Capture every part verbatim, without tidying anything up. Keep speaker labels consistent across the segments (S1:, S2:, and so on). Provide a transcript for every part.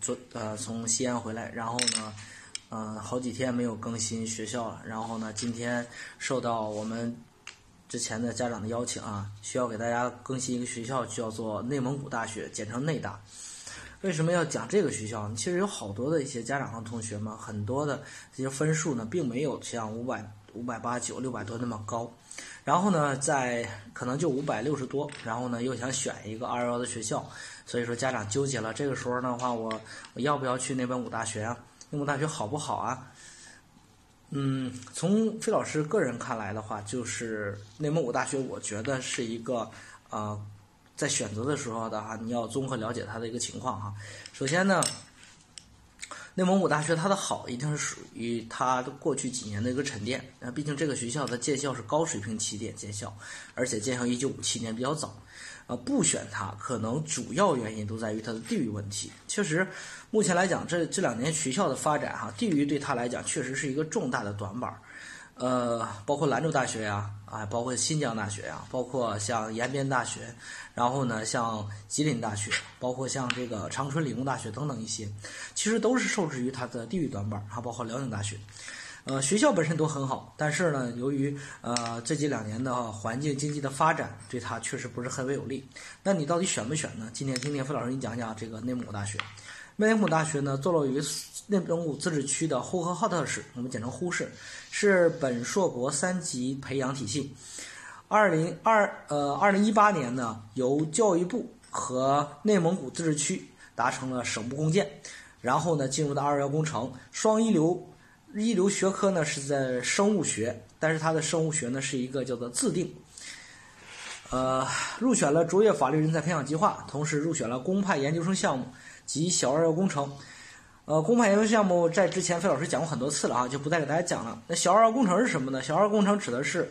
S1: 昨呃从西安回来，然后呢，呃好几天没有更新学校了，然后呢今天受到我们之前的家长的邀请啊，需要给大家更新一个学校，叫做内蒙古大学，简称内大。为什么要讲这个学校呢？其实有好多的一些家长和同学们，很多的这些分数呢，并没有像五百、五百八九、六百多那么高。然后呢，在可能就五百六十多，然后呢又想选一个二幺幺的学校，所以说家长纠结了。这个时候的话，我我要不要去内蒙古大学啊？内蒙古大学好不好啊？嗯，从费老师个人看来的话，就是内蒙古大学，我觉得是一个呃。在选择的时候的话，你要综合了解它的一个情况哈。首先呢，内蒙古大学它的好一定是属于它的过去几年的一个沉淀。啊，毕竟这个学校的建校是高水平起点建校，而且建校一九五七年比较早。呃，不选它可能主要原因都在于它的地域问题。确实，目前来讲，这这两年学校的发展哈，地域对它来讲确实是一个重大的短板。呃，包括兰州大学呀，啊，包括新疆大学呀，包括像延边大学，然后呢，像吉林大学，包括像这个长春理工大学等等一些，其实都是受制于它的地域短板，还包括辽宁大学。呃，学校本身都很好，但是呢，由于呃这几两年的环境经济的发展，对它确实不是很为有利。那你到底选不选呢？今天听听费老师给你讲讲这个内蒙古大学。内蒙古大学呢，坐落于内蒙古自治区的呼和浩特市，我们简称呼市，是本硕博三级培养体系。二零二呃二零一八年呢，由教育部和内蒙古自治区达成了省部共建，然后呢，进入到二幺幺工程，双一流一流学科呢是在生物学，但是它的生物学呢是一个叫做自定。呃，入选了卓越法律人才培养计划，同时入选了公派研究生项目及小二幺工程。呃，公派研究生项目在之前费老师讲过很多次了啊，就不再给大家讲了。那小二幺工程是什么呢？小二幺工程指的是，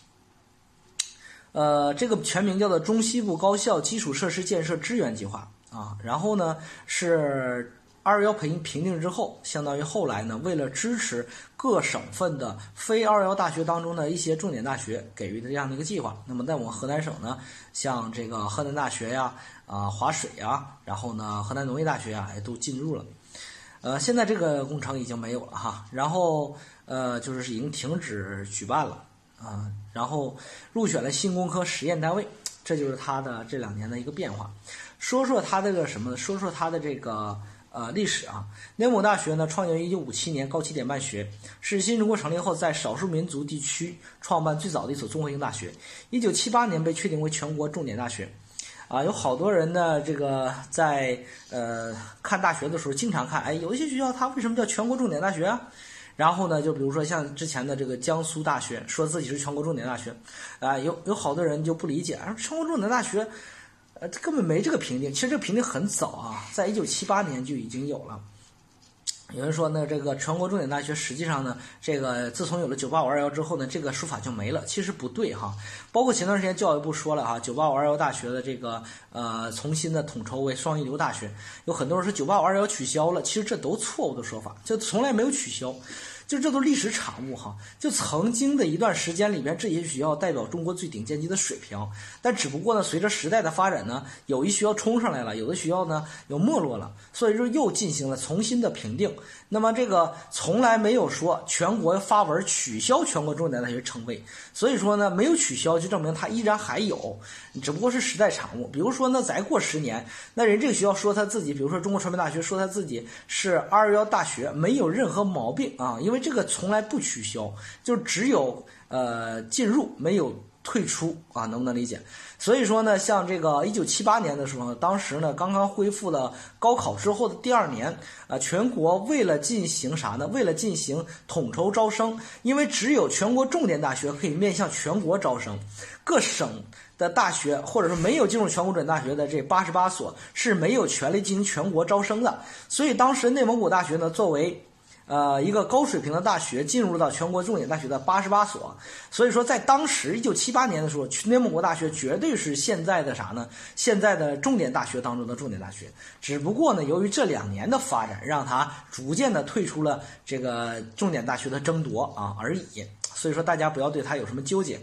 S1: 呃，这个全名叫做中西部高校基础设施建设支援计划啊。然后呢，是二幺幺评评定之后，相当于后来呢，为了支持各省份的非二幺幺大学当中的一些重点大学，给予的这样的一个计划。那么在我们河南省呢，像这个河南大学呀、啊、呃、华水呀，然后呢河南农业大学呀，也都进入了。呃，现在这个工程已经没有了哈，然后呃就是已经停止举办了啊、呃，然后入选了新工科实验单位，这就是它的这两年的一个变化。说说它这个什么呢？说说它的这个。呃，历史啊，内蒙古大学呢，创建于一九五七年，高起点办学，是新中国成立后在少数民族地区创办最早的一所综合性大学。一九七八年被确定为全国重点大学。啊，有好多人呢，这个在呃看大学的时候，经常看，哎，有一些学校它为什么叫全国重点大学啊？然后呢，就比如说像之前的这个江苏大学，说自己是全国重点大学，啊，有有好多人就不理解，啊，全国重点大学。呃，根本没这个评定，其实这个评定很早啊，在一九七八年就已经有了。有人说呢，这个全国重点大学实际上呢，这个自从有了九八五二幺之后呢，这个说法就没了。其实不对哈，包括前段时间教育部说了哈，九八五二幺大学的这个呃重新的统筹为双一流大学，有很多人说九八五二幺取消了，其实这都错误的说法，就从来没有取消。就这都历史产物哈，就曾经的一段时间里边，这些学校代表中国最顶尖级的水平，但只不过呢，随着时代的发展呢，有一学校冲上来了，有的学校呢又没落了，所以说又进行了重新的评定。那么这个从来没有说全国发文取消全国重点大学称谓，所以说呢，没有取消就证明它依然还有，只不过是时代产物。比如说呢，再过十年，那人这个学校说他自己，比如说中国传媒大学说他自己是二幺幺大学，没有任何毛病啊，因为这个从来不取消，就只有呃进入没有退出啊，能不能理解？所以说呢，像这个一九七八年的时候，当时呢刚刚恢复了高考之后的第二年啊，全国为了进行啥呢？为了进行统筹招生，因为只有全国重点大学可以面向全国招生，各省的大学或者说没有进入全国重点大学的这八十八所是没有权利进行全国招生的。所以当时内蒙古大学呢，作为呃，一个高水平的大学进入到全国重点大学的八十八所，所以说在当时一九七八年的时候，内蒙古大学绝对是现在的啥呢？现在的重点大学当中的重点大学，只不过呢，由于这两年的发展，让它逐渐的退出了这个重点大学的争夺啊而已。所以说大家不要对它有什么纠结。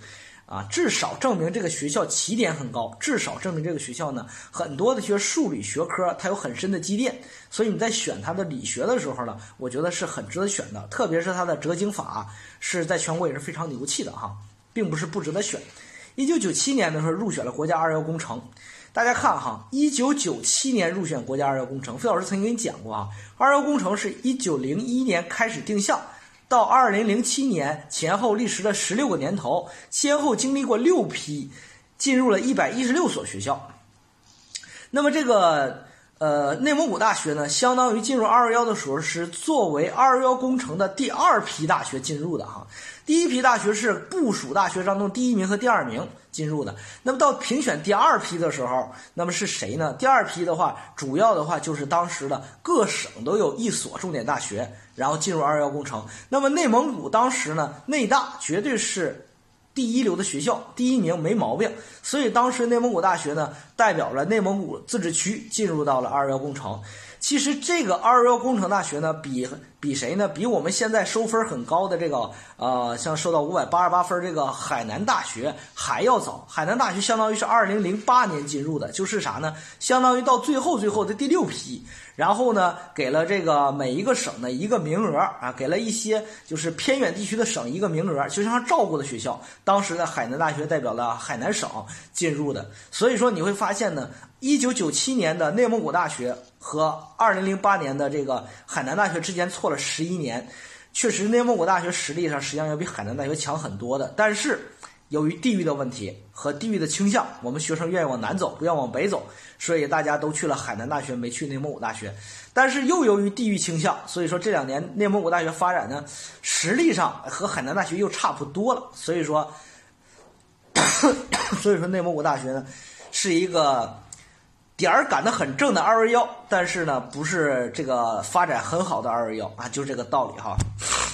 S1: 啊，至少证明这个学校起点很高，至少证明这个学校呢，很多的学数理学科它有很深的积淀，所以你在选它的理学的时候呢，我觉得是很值得选的，特别是它的折经法是在全国也是非常牛气的哈，并不是不值得选。一九九七年的时候入选了国家二幺幺工程，大家看哈，一九九七年入选国家二幺幺工程，费老师曾经跟你讲过啊，二幺幺工程是一九零一年开始定向。到二零零七年前后历时了十六个年头，先后经历过六批，进入了一百一十六所学校。那么这个呃内蒙古大学呢，相当于进入二幺幺的时候是作为二幺幺工程的第二批大学进入的哈。第一批大学是部属大学当中第一名和第二名进入的。那么到评选第二批的时候，那么是谁呢？第二批的话，主要的话就是当时的各省都有一所重点大学，然后进入二幺幺工程。那么内蒙古当时呢，内大绝对是第一流的学校，第一名没毛病。所以当时内蒙古大学呢，代表了内蒙古自治区进入到了二幺幺工程。其实这个二幺幺工程大学呢，比比谁呢？比我们现在收分很高的这个呃，像收到五百八十八分这个海南大学还要早。海南大学相当于是二零零八年进入的，就是啥呢？相当于到最后最后的第六批。然后呢，给了这个每一个省的一个名额啊，给了一些就是偏远地区的省一个名额，就像照顾的学校。当时的海南大学代表了海南省进入的，所以说你会发现呢，一九九七年的内蒙古大学和二零零八年的这个海南大学之间错了十一年。确实，内蒙古大学实力上实际上要比海南大学强很多的，但是由于地域的问题和地域的倾向，我们学生愿意往南走，不愿往北走，所以大家都去了海南大学，没去内蒙古大学。但是又由于地域倾向，所以说这两年内蒙古大学发展呢，实力上和海南大学又差不多了。所以说，所以说内蒙古大学呢是一个点儿赶得很正的二幺幺，但是呢不是这个发展很好的二幺幺啊，就是这个道理哈。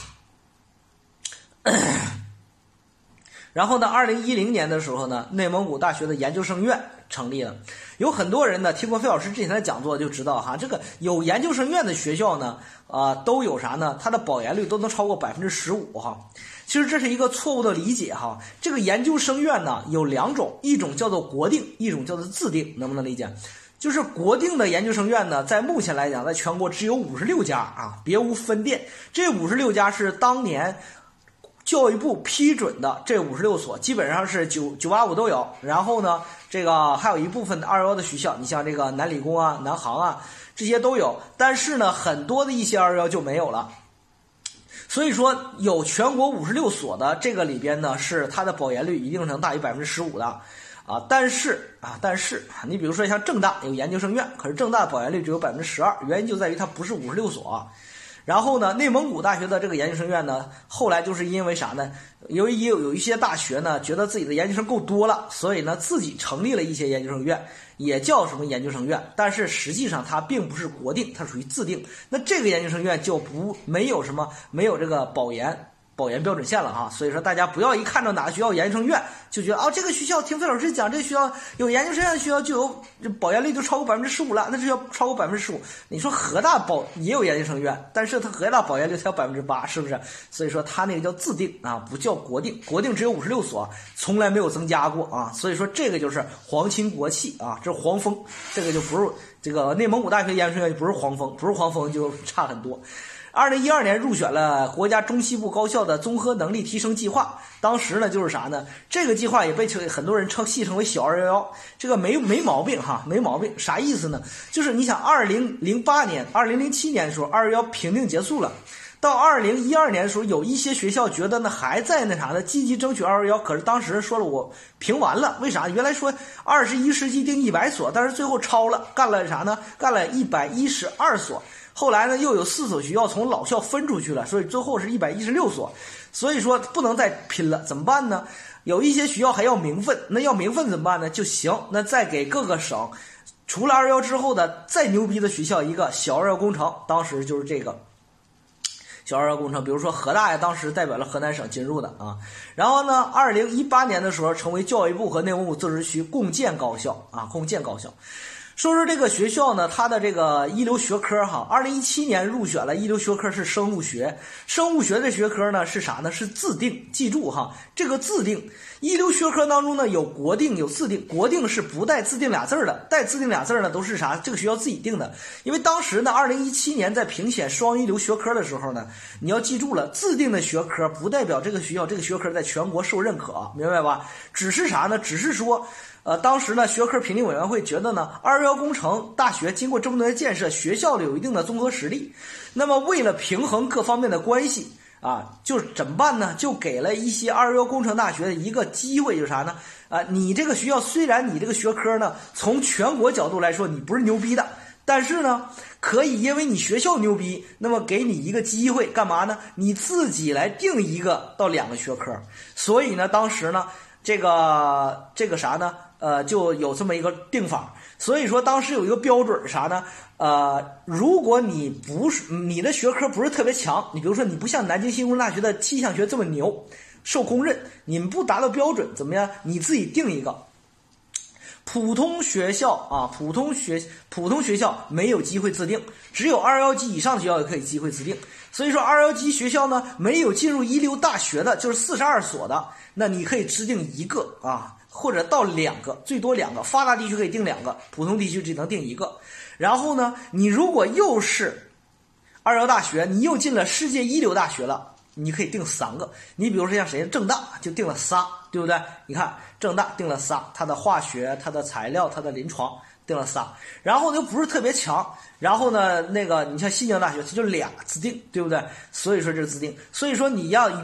S1: 然后呢，二零一零年的时候呢，内蒙古大学的研究生院成立了。有很多人呢听过费老师之前的讲座就知道哈，这个有研究生院的学校呢，啊、呃、都有啥呢？它的保研率都能超过百分之十五哈。其实这是一个错误的理解哈。这个研究生院呢有两种，一种叫做国定，一种叫做自定，能不能理解？就是国定的研究生院呢，在目前来讲，在全国只有五十六家啊，别无分店。这五十六家是当年教育部批准的，这五十六所基本上是九九八五都有。然后呢，这个还有一部分的二幺幺的学校，你像这个南理工啊、南航啊，这些都有。但是呢，很多的一些二幺幺就没有了。所以说，有全国五十六所的这个里边呢，是它的保研率一定能大于百分之十五的啊。但是啊，但是你比如说像正大有研究生院，可是正大的保研率只有百分之十二，原因就在于它不是五十六所。然后呢，内蒙古大学的这个研究生院呢，后来就是因为啥呢？由于有有一些大学呢，觉得自己的研究生够多了，所以呢，自己成立了一些研究生院，也叫什么研究生院，但是实际上它并不是国定，它属于自定。那这个研究生院就不没有什么没有这个保研保研标准线了哈。所以说大家不要一看到哪个学校有研究生院就觉得哦，这个学校听费老师讲，这个学校有研究生院的学校就有保研率就超过百分之十五了，那这要超过百分之十五。你说河大保也有研究生院，但是它河大保研率才有百分之八，是不是？所以说它那个叫自定啊，不叫国定。国定只有五十六所，从来没有增加过啊。所以说这个就是皇亲国戚啊，这是皇封，这个就不是这个内蒙古大学研究生院就不是皇封，不是皇封就差很多。二零一二年入选了国家中西部高校的综合能力提升计划，当时呢就是啥呢？这个计划也被很多人称戏称为小二幺幺，这个没没毛病哈，没毛病。啥意思呢？就是你想，二零零八年、二零零七年的时候，二幺幺评定结束了。到二零一二年的时候，有一些学校觉得呢还在那啥呢，积极争取二幺幺，可是当时说了我评完了，为啥？原来说二十一世纪定一百所，但是最后超了，干了啥呢？干了一百一十二所。后来呢，又有四所学校从老校分出去了，所以最后是一百一十六所。所以说不能再拼了，怎么办呢？有一些学校还要名分，那要名分怎么办呢？就行，那再给各个省除了二幺幺之后的再牛逼的学校一个小二幺幺工程，当时就是这个小二幺幺工程，比如说河大呀，当时代表了河南省进入的啊。然后呢，二零一八年的时候成为教育部和内蒙古自治区共建高校啊，共建高校。 说说这个学校呢，它的这个一流学科哈，二零一七年入选了一流学科是生物学。生物学的学科呢是啥呢？是自定。记住哈，这个自定，一流学科当中呢有国定有自定。国定是不带自定俩字的，带自定俩字呢都是啥？这个学校自己定的。因为当时呢，二零一七年在评选双一流学科的时候呢，你要记住了，自定的学科不代表这个学校这个学科在全国受认可，明白吧？只是啥呢？只是说。呃，当时呢，学科评定委员会觉得呢，二幺幺工程大学经过这么多年建设，学校里有一定的综合实力。那么，为了平衡各方面的关系啊，就怎么办呢？就给了一些二幺幺工程大学的一个机会，就是啥呢？啊，你这个学校虽然你这个学科呢，从全国角度来说你不是牛逼的，但是呢，可以因为你学校牛逼，那么给你一个机会，干嘛呢？你自己来定一个到两个学科。所以呢，当时呢，这个这个啥呢？呃，就有这么一个定法，所以说当时有一个标准啥呢？呃，如果你不是你的学科不是特别强，你比如说你不像南京新工大学的气象学这么牛，受公认，你们不达到标准，怎么样？你自己定一个。普通学校啊，普通学普通学校没有机会自定，只有二幺级以上的学校也可以机会自定。所以说二幺级学校呢，没有进入一流大学的，就是四十二所的，那你可以制定一个啊。或者到两个，最多两个，发达地区可以定两个，普通地区只能定一个。然后呢，你如果又是二幺大学，你又进了世界一流大学了，你可以定三个。你比如说像谁，正大就定了仨，对不对？你看正大定了仨，它的化学、它的材料、它的临床定了仨。然后又不是特别强，然后呢，那个你像新疆大学，它就俩自定，对不对？所以说这是自定。所以说你要